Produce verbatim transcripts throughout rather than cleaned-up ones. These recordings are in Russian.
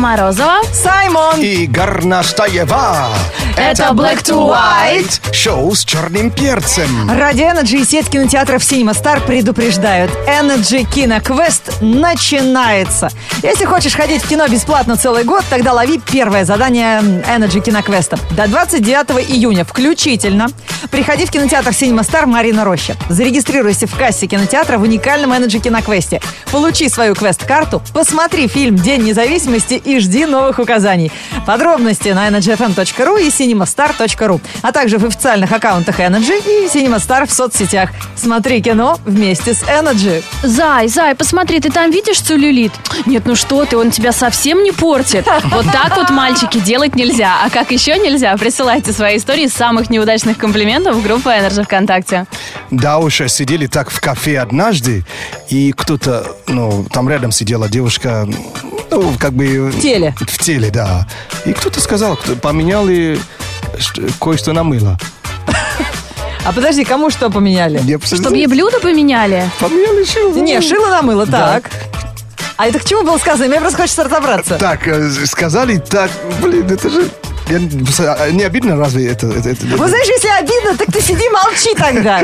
Морозова, Саймон и Горнаштаева. Это Black to White. Шоу с черным перцем. Ради Energy и сеть кинотеатров Cinema Star предупреждают: Energy Киноквест начинается. Если хочешь ходить в кино бесплатно целый год, тогда лови первое задание Energy Киноквеста. До двадцать девятого июня включительно приходи в кинотеатр Cinema Star Марина Роща. Зарегистрируйся в кассе кинотеатра в уникальном Energy Киноквесте. Получи свою квест-карту, посмотри фильм «День независимости» и жди новых указаний. Подробности на энерджи эф эм точка ру и синема-стар точка ру, а также в официальных аккаунтах Energy и Cinema Star в соцсетях. Смотри кино вместе с Energy. Зай, Зай, посмотри, ты там видишь целлюлит? Нет, ну что ты, он тебя совсем не портит. Вот так вот, мальчики, делать нельзя. А как еще нельзя? Присылайте свои истории самых неудачных комплиментов в группу Energy ВКонтакте. Да уж, сидели так в кафе однажды, и кто-то, ну, там рядом сидела девушка, ну, как бы... В теле. В теле, да. И кто-то сказал, кто поменяли кое-что на мыло. А подожди, кому что поменяли? Чтобы ей блюдо поменяли? Поменяли шило. Не, шило на мыло, Да. так. А это к чему было сказано? Мне просто хочется разобраться. Так, э, сказали так, блин, это же... Я, не обидно разве это? это, это Вы знаешь, если обидно, так ты сиди, молчи тогда.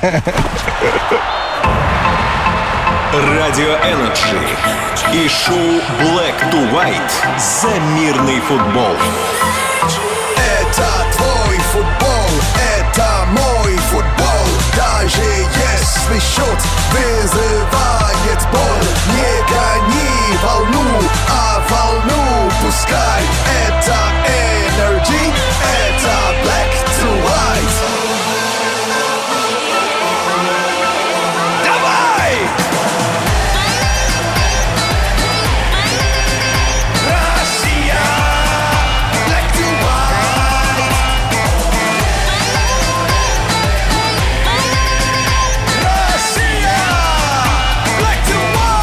Радио Energy и шоу Black to White за мирный футбол. Это твой футбол, это мой футбол. Даже если счет вызывает боль, не гони волну, а волну пускай. Это Energy, это Black to White. Давай! Россия! Black to White. Россия! Black to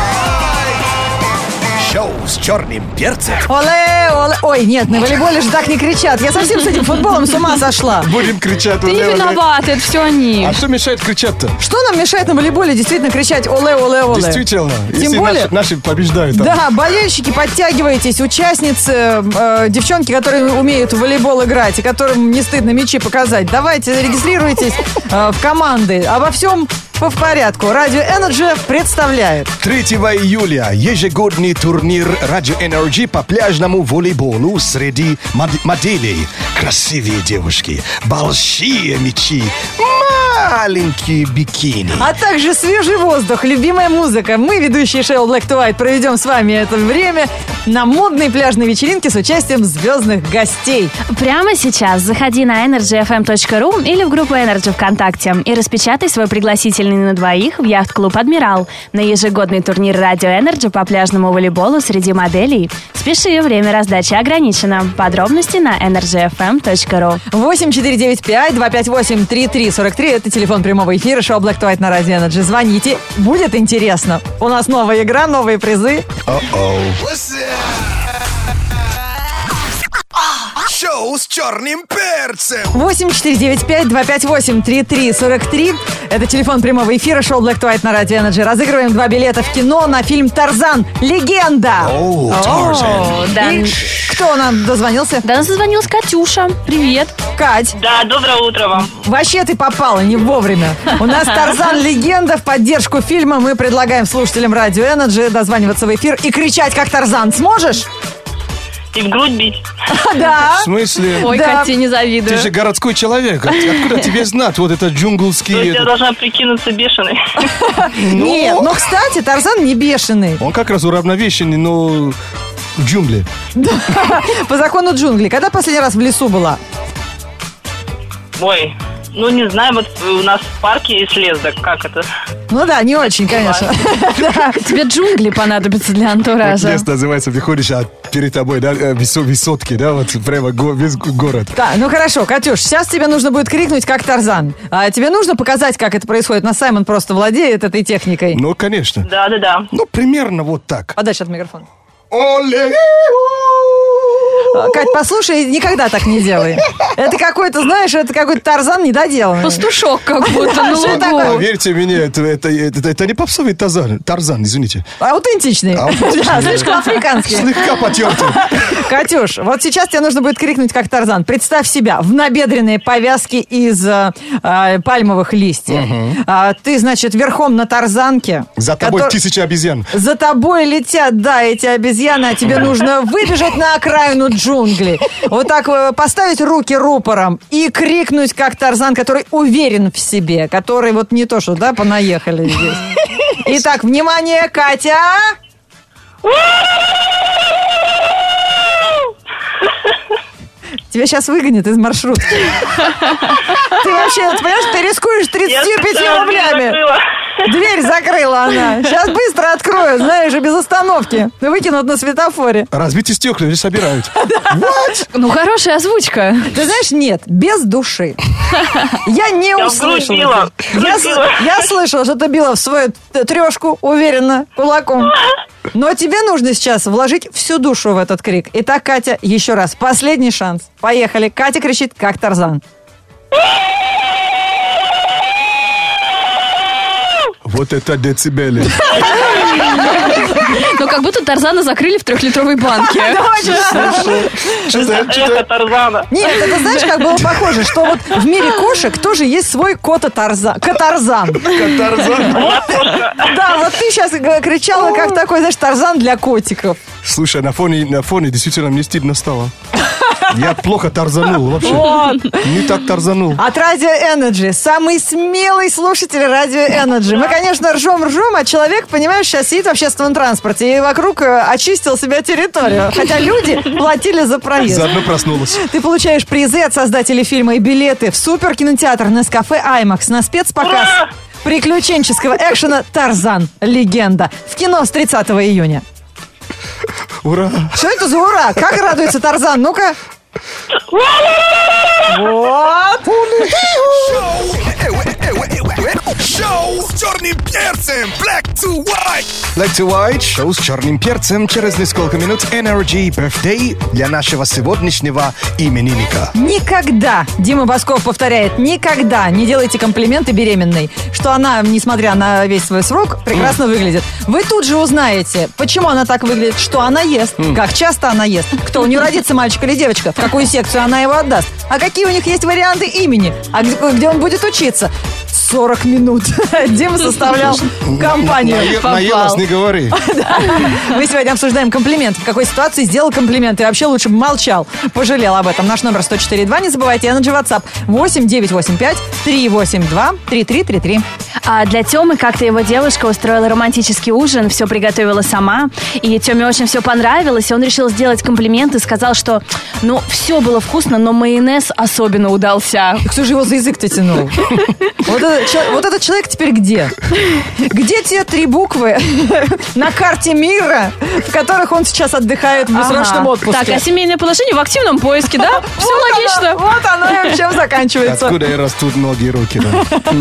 White. Шоу с черным перцем. Оле, оле. Ой, нет, на волейболе же так не кричат. Я совсем с этим футболом с ума сошла. Будем кричать. Ты не оле, оле. виноват, это все они. А что мешает кричать-то? Что нам мешает на волейболе действительно кричать оле, оле, оле? Действительно. Тем Если более... наши, наши побеждают. Там. Да, болельщики, подтягивайтесь, участницы, э, девчонки, которые умеют в волейбол играть и которым не стыдно мячи показать. Давайте, регистрируйтесь э, в команды. Обо всем по в порядку. Радио Energy представляет. третьего июля ежегодный турнир Радио Energy по пляжному волейболу среди мод- моделей. Красивые девушки, большие мячи, маленькие бикини. А также свежий воздух, любимая музыка. Мы, ведущие шоу Black to White, проведем с вами это время на модной пляжной вечеринке с участием звездных гостей. Прямо сейчас заходи на энерджи эф эм точка ру или в группу Energy ВКонтакте и распечатай свой пригласительный на двоих в яхт-клуб «Адмирал» на ежегодный турнир Радио Energy по пляжному волейболу среди моделей. Спеши, время раздачи ограничено. Подробности на энерджи эф эм точка ру. восемь четыре девять пять два пять восемь три три сорок три. Это телефон прямого эфира шоу Black to White на Радио Energy. Звоните. Будет интересно. У нас новая игра, новые призы. О-оу. Шоу с черным перцем. восемь четыре девять пять два пять восемь три три сорок три. Это телефон прямого эфира шоу Black to White на Радио Energy. Разыгрываем два билета в кино на фильм «Тарзан. Легенда». О, О, Тарзан. да. И кто нам дозвонился? Да, нас дозвонилась Катюша. Привет. Кать. Да, доброе утро вам. Вообще ты попала не вовремя. У нас «Тарзан. Легенда». В поддержку фильма мы предлагаем слушателям Радио Energy дозваниваться в эфир и кричать, как Тарзан. Сможешь? И в грудь бить. Да. В смысле? Ой, Да. Катя, не завидую. Ты же городской человек. От- Откуда тебе знать вот это То есть джунглский... я этот- должна прикинуться бешеной. Нет, но, кстати, Тарзан не бешеный. Он как раз уравновешенный, но в джунгле. По закону джунглей. Когда последний раз в лесу была? Ой, ну не знаю, вот у нас в парке есть лес, да как это? Ну да, не очень, конечно. Да. Тебе джунгли понадобятся для антуража. Лес называется, приходишь, а перед тобой, да, э, высо- высотки, да, вот прямо го- весь город. Так, ну хорошо, Катюш, сейчас тебе нужно будет крикнуть, как Тарзан. А тебе нужно показать, как это происходит? На Саймон просто владеет этой техникой. Ну, конечно. Да, да, да. Ну, примерно вот так. Подальше от микрофона. Оле! Кать, послушай, никогда так не делай. Это какой-то, знаешь, это какой-то Тарзан недоделанный. Пастушок как будто на лугу. Поверьте мне, это, это, это, это не попсовый Тарзан, Тарзан, извините. Аутентичный. Аутентичный. Да, слишком африканский. Слегка потертый. Катюш, вот сейчас тебе нужно будет крикнуть как Тарзан. Представь себя в набедренные повязки из э, э, пальмовых листьев. А, ты, значит, верхом на тарзанке. За тобой котор- тысячи обезьян. За тобой летят, да, эти обезьяны, а тебе нужно выбежать на окраину джунглей. Вот так э, поставить руки рупором и крикнуть как Тарзан, который уверен в себе, который вот не то, что, да, понаехали здесь. Итак, внимание, Катя! Тебя сейчас выгонят из маршрутки. Ты вообще, ты понимаешь, ты рискуешь тридцатью пятью рублями. Дверь закрыла она. Сейчас быстро открою, знаешь, и без остановки. Выкинут на светофоре. Разбитые стекла здесь собирают. Ну, хорошая озвучка. Ты знаешь, нет, без души. Я не Я в грудь услышала. била. Я, с- я слышала, что ты била в свою т- трешку, уверенно, кулаком. Но тебе нужно сейчас вложить всю душу в этот крик. Итак, Катя, еще раз, последний шанс. Поехали. Катя кричит, как Тарзан. Вот это децибели. Ну, как будто Тарзана закрыли в трехлитровой банке. Что-то, Эхо что-то... Тарзана. Нет, это знаешь, как было похоже, что вот в мире кошек тоже есть свой кота-тарзан. Котарзан. Тарзан. Да, вот ты сейчас кричала, как такой, знаешь, Тарзан для котиков. Слушай, на фоне, на фоне действительно мне стыдно стало. Я плохо тарзанул вообще. Не так тарзанул. От Радио Energy. Самый смелый слушатель Радио Energy. Мы, конечно, ржем-ржем, а человек, понимаешь, сейчас сидит в общественном транспорте и вокруг э, очистил себя территорию. Хотя люди платили за проезд. Заодно проснулась. Ты получаешь призы от создателей фильма и билеты в суперкинотеатр Нескафе Аймакс на спецпоказ приключенческого экшена «Тарзан. Легенда» в кино с тридцатого июня. Ура! Что это за ура? Как радуется Тарзан? Ну-ка. Вот. Шоу с черным перцем. Black to white. Black to White, шоу с черным перцем. Через несколько минут Energy Birthday для нашего сегодняшнего именинника. Никогда, Дима Басков повторяет, никогда не делайте комплименты беременной, что она, несмотря на весь свой срок, прекрасно выглядит. Вы тут же узнаете, почему она так выглядит, что она ест, как часто она ест, кто у нее родится, мальчик или девочка, в какую секцию она его отдаст, а какие у них есть варианты имени, а где, где он будет учиться. сорок минут Дима составлял компанию. На- Наелась, не говори. Мы сегодня обсуждаем комплименты. В какой ситуации сделал комплимент и вообще лучше бы молчал. Пожалел об этом. Наш номер сто четыре два. Не забывайте, Energy WhatsApp восемь девятьсот восемьдесят пять триста восемьдесят два тридцать три тридцать три. А для Тёмы как-то его девушка устроила романтический ужин, все приготовила сама, и Тёме очень все понравилось, и он решил сделать комплимент и сказал, что, ну, все было вкусно, но майонез особенно удался. Кто же его за язык-то тянул? Вот этот, чел- вот этот человек теперь где? Где те три буквы на карте мира, в которых он сейчас отдыхает в бессрочном Ага. отпуске? Так, а семейное положение в активном поиске, да? Все Вот логично. оно, вот оно и чем заканчивается. Откуда и растут ноги и руки, да?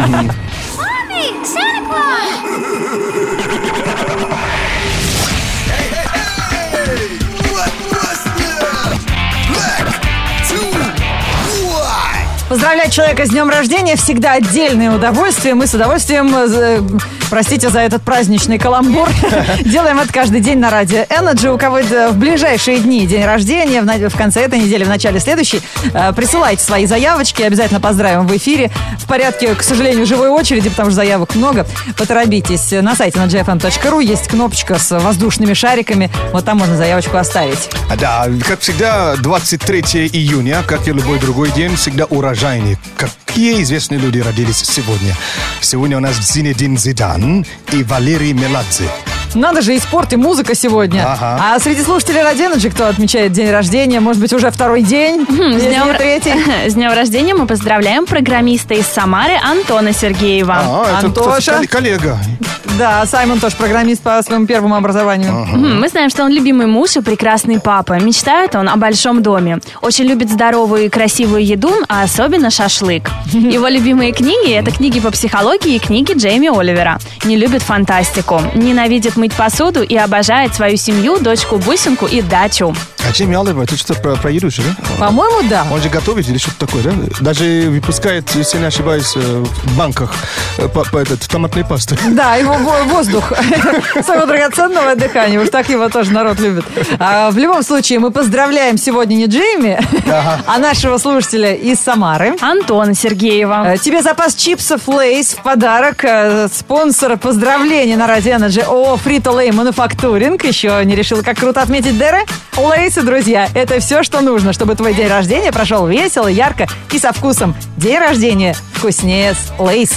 What was the Black to white. Поздравлять человека с днем рождения всегда отдельное удовольствие. Мы с удовольствием, э, простите за этот праздничный каламбур, делаем это каждый день на радио Energy. У кого в ближайшие дни день рождения, в, на- в конце этой недели, в начале следующей, э, присылайте свои заявочки, обязательно поздравим в эфире. В порядке, к сожалению, живой очереди, потому что заявок много. Поторопитесь. На сайте energy эф эм точка ру есть кнопочка с воздушными шариками. Вот там можно заявочку оставить. А, Да, как всегда, двадцать третьего июня, как и любой другой день, всегда урожайник. Какие известные люди родились сегодня? Сегодня у нас Зинедин Зидан и Валерий Меладзе. Надо же, и спорт, и музыка сегодня. Ага. А среди слушателей Радио Energy, кто отмечает день рождения, может быть, уже второй день, С если днем, не третий. с днем рождения мы поздравляем программиста из Самары Антона Сергеева. А, это Антоша. кстати, коллега. Да, Саймон тоже программист по своему первому образованию. Мгм, Мы знаем, что он любимый муж и прекрасный папа. Мечтает он о большом доме. Очень любит здоровую и красивую еду, а особенно шашлык. Его любимые книги – это книги по психологии и книги Джейми Оливера. Не любит фантастику. Ненавидит мыть посуду и обожает свою семью, дочку Бусинку и дачу. А Джейми Оливер, это что-то про, про еду, что, да? По-моему, да. Он же готовит или что-то такое, да? Даже выпускает, если не ошибаюсь, в банках по, по этот, томатной пасты. Да, его воздух своего драгоценного дыхания. Уж так его тоже народ любит. А, в любом случае, мы поздравляем сегодня не Джейми, ага. а нашего слушателя из Самары. Антона Сергеева. Тебе запас чипсов Лейс в подарок. Спонсор поздравления на Радио Energy ООО Frito-Lay Manufacturing. Еще не решила, как круто отметить Дэре? Лейсы, друзья, это все, что нужно, чтобы твой день рождения прошел весело, ярко и со вкусом. День рождения вкуснее с Лейс.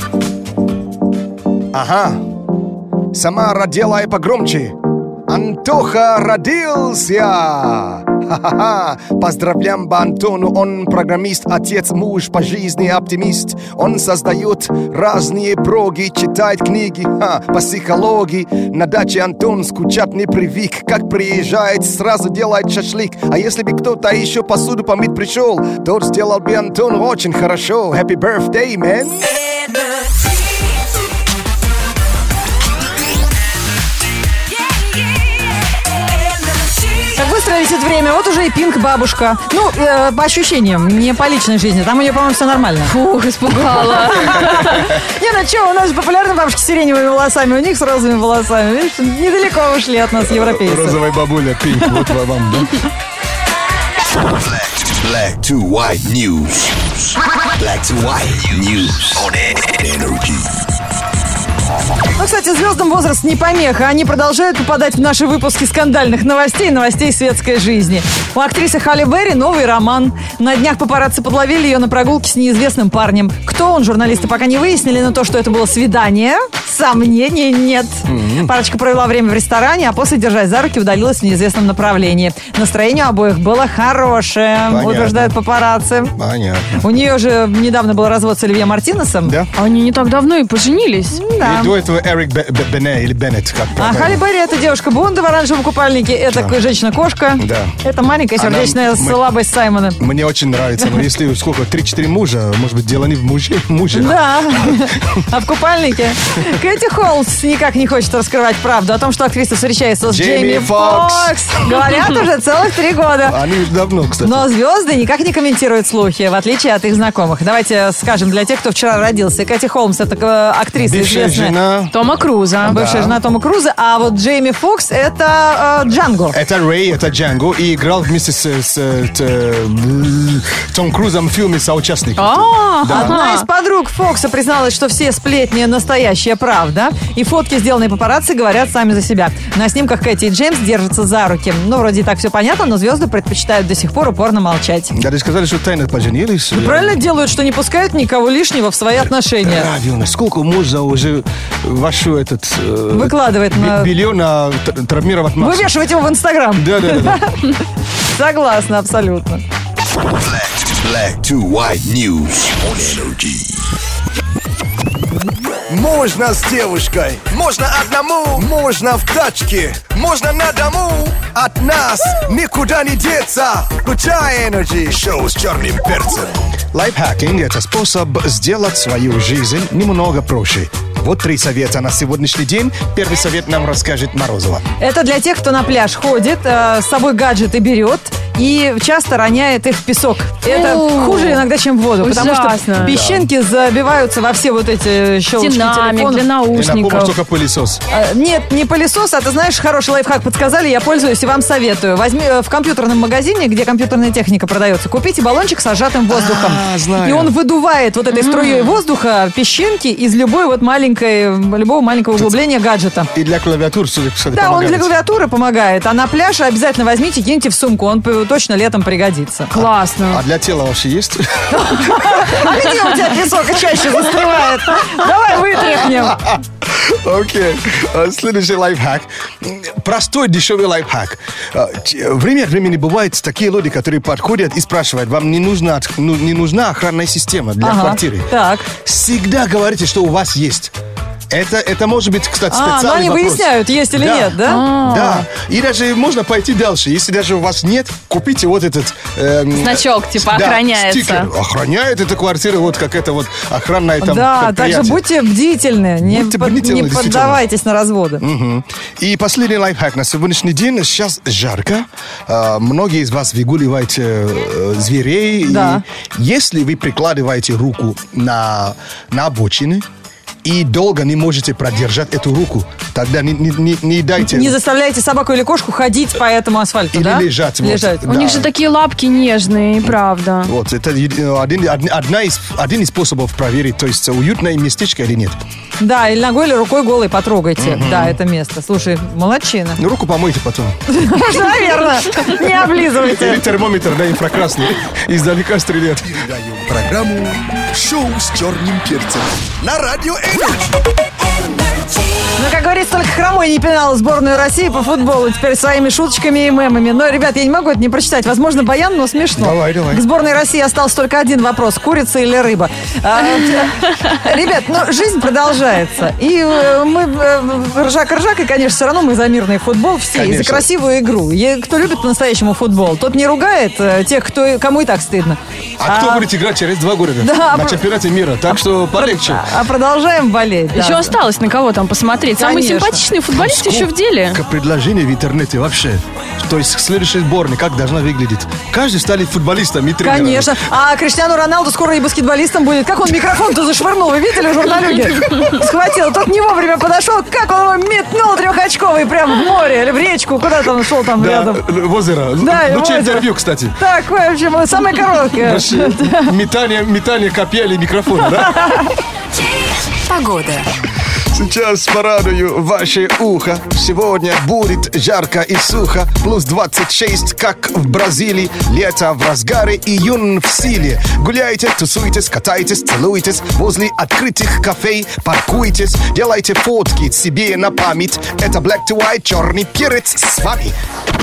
Ага. Самара, делай погромче. Антоха родился! Ха-ха-ха! Поздравляем Антону, он программист, отец, муж, по жизни оптимист. Он создает разные блоги, читает книги ха, по психологии. На даче Антон скучать не привык. Как приезжает, сразу делает шашлык. А если бы кто-то еще посуду помыть пришел, то сделал бы Антон очень хорошо. Happy birthday, man! Как быстро летит время, вот уже и Пинк бабушка. Ну, э, по ощущениям, не по личной жизни. Там у нее, по-моему, все нормально. Фух, испугала. Не, ну что, у нас же популярны бабушки с сиреневыми волосами, у них с розовыми волосами. Видишь, недалеко ушли от нас европейцы. Розовая бабуля, Пинк, вот вам, да? Black to white news. Black to white news on Energy. Ну, кстати, звездам возраст не помеха. Они продолжают попадать в наши выпуски скандальных новостей, новостей светской жизни. У актрисы Халли Берри новый роман. На днях папарацци подловили ее на прогулке с неизвестным парнем. Кто он, журналисты пока не выяснили, но то, что это было свидание, сомнений нет. Mm-hmm. Парочка провела время в ресторане, а после, держась за руки, удалилась в неизвестном направлении. Настроение у обоих было хорошее, Понятно. утверждают папарацци. Понятно. У нее же недавно был развод с Оливье Мартинесом. Да? Они не так давно и поженились. Да. И до этого Эрик Б- Б- Бене или Беннет. Как А Халли Берри — это девушка Бонда в оранжевом купальнике, это Да. женщина-кошка, Да. это маленькая сердечная Она- мы- слабость Саймона. Мне очень нравится, но если сколько, три-четыре мужа, может быть, дело не в муже, муже. Да, а в купальнике. Кэти Холмс никак не хочет раскрывать правду о том, что актриса встречается с Джейми Джейми Фокс. Фокс. Говорят уже целых три года. Они давно, кстати. Но звезды никак не комментируют слухи, в отличие от их знакомых. Давайте скажем для тех, кто вчера родился. Кэти Холмс — это э, актриса Бывшая известная. жена. Тома Круза. Бывшая Да. жена Тома Круза. А вот Джейми Фокс — это э, Джанго. Это Рэй, это Джанго. И играл вместе с, с, с, э, Том Крузом в фильме «Соучастник». А, Да. Одна из подруг Фокса призналась, что все сплетни — настоящая правда. И фотки, сделанные папарацци, говорят сами за себя. На снимках Кэти и Джеймс держатся за руки. Ну, вроде и так все понятно, но звезды предпочитают до сих пор упорно молчать. Даже сказали, что тайно поженились. Правильно делают, что не пускают никого лишнего в свои отношения. Правильно. Сколько можно уже вашу этот... э, Выкладывает би- на... Белье на т- травмировать массу. Вывешивать его в Инстаграм. Да, да, да. Согласна, абсолютно. Black to white news on Energy. Можно с девушкой, можно одному, можно в тачке, можно на дому. От нас никуда не деться. Включай Energy. Шоу с черным перцем. Лайфхакинг – это способ сделать свою жизнь немного проще. Вот три совета на сегодняшний день. Первый совет нам расскажет Морозова. Это для тех, кто на пляж ходит, э, с собой гаджеты берет и часто роняет их в песок. Это О, хуже иногда, чем в воду, потому что ужасно. песчинки забиваются во все вот эти щелочки Динамик телефонов. для И на помощь наушников. только пылесос. Э, Нет, не пылесос, а ты знаешь, хороший лайфхак подсказали, я пользуюсь и вам советую. Возьми э, в компьютерном магазине, где компьютерная техника продается, купите баллончик с сжатым воздухом. А, знаю. И он выдувает вот этой струей воздуха песчинки из любой вот маленькой, любого маленького углубления гаджета. И для клавиатур, кстати, Да, он помогает. для клавиатуры помогает. А на пляже обязательно возьмите, киньте в сумку. Он п- точно летом пригодится. Классно. А для тела вообще есть? А где у тебя песок чаще застревает? Давай вытряхнем. Окей. А, Следующий лайфхак. Простой, дешевый лайфхак. А, ч- Время от времени бывают такие люди, которые подходят и спрашивают, вам не нужна, от- ну, не нужна охранная система для Ага, квартиры? так. Всегда говорите, что у вас есть. Это, это может быть, кстати, А, специальный но они вопрос. выясняют, есть или Да. нет, да? Да, и даже можно пойти дальше. Если даже у вас нет, купите вот этот... эм, Значок, типа, да, охраняется. стикер. Охраняет эта квартира, вот как это вот охранная там Да, так предприятие. же будьте бдительны, не, Будьте под- бдительны, не действительно. поддавайтесь на разводы. Мгм. И последний лайфхак на сегодняшний день. Сейчас жарко. А, Многие из вас выгуливаете э, зверей. Да. И если вы прикладываете руку на, на обочине и долго не можете продержать эту руку, тогда не, не, не, не дайте... Не заставляйте собаку или кошку ходить по этому асфальту, Или да? лежать, вот. Лежать. У Да. них же такие лапки нежные, правда. Вот, это един- один, од- одна из, один из способов проверить, то есть уютное местечко или нет. Да, или ногой, или рукой голой потрогайте. Да, это место. Слушай, молодчина. Ну, руку помойте потом. Наверное, не Или облизывайте. термометр, да, инфракрасный. Издалека стреляет. Передаем программу «Шоу с черным перцем» на Радио Энерджи. Ну, как говорится, только хромой не пинал сборную России по футболу теперь своими шуточками и мемами. Но, ребят, я не могу это не прочитать. Возможно, баян, но смешно. Давай, давай. К сборной России остался только один вопрос. Курица или рыба? А, Ребят, ну, жизнь продолжается. И э, мы э, ржак-ржак, и, конечно, все равно мы за мирный футбол все. И за Конечно. красивую игру. И кто любит по-настоящему футбол, тот не ругает э, тех, кто, кому и так стыдно. А кто будет играть через два года Да, на про- чемпионате мира? Так что полегче. А продолжаем болеть. да. Еще осталось на кого там посмотреть. Самый Конечно. симпатичный футболист еще в деле. Сколько предложений в интернете вообще. То есть следующая сборная как должна выглядеть? Каждый стали футболистом и тренером. Конечно. А Криштиану Роналду скоро и баскетболистом будет. Как он микрофон-то зашвырнул, вы видели в журналюге? Схватил, тот не вовремя подошел, как он его метнул трехочковый прям в море или в речку. Куда там шел там Да, рядом? в озеро. Да, и в Лучшее озеро. интервью, кстати. Так, в общем, самое короткое. Вообще, метание, метание копья или микрофона, да? Погода. Сейчас порадую ваше ухо. Сегодня будет жарко и сухо. Плюс двадцать шесть, как в Бразилии. Лето в разгаре, июнь в силе. Гуляйте, тусуйтесь, катайтесь, целуйтесь. Возле открытых кафе паркуйтесь. Делайте фотки себе на память. Это Black to White, черный перец с вами.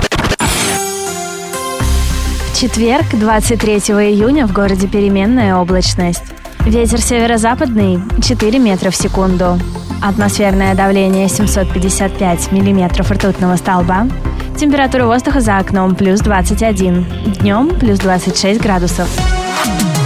В четверг, двадцать третьего июня, в городе переменная облачность. Ветер северо-западный четыре метра в секунду. Атмосферное давление семьсот пятьдесят пять миллиметров ртутного столба. Температура воздуха за окном плюс двадцать один. Днем плюс двадцать шесть градусов.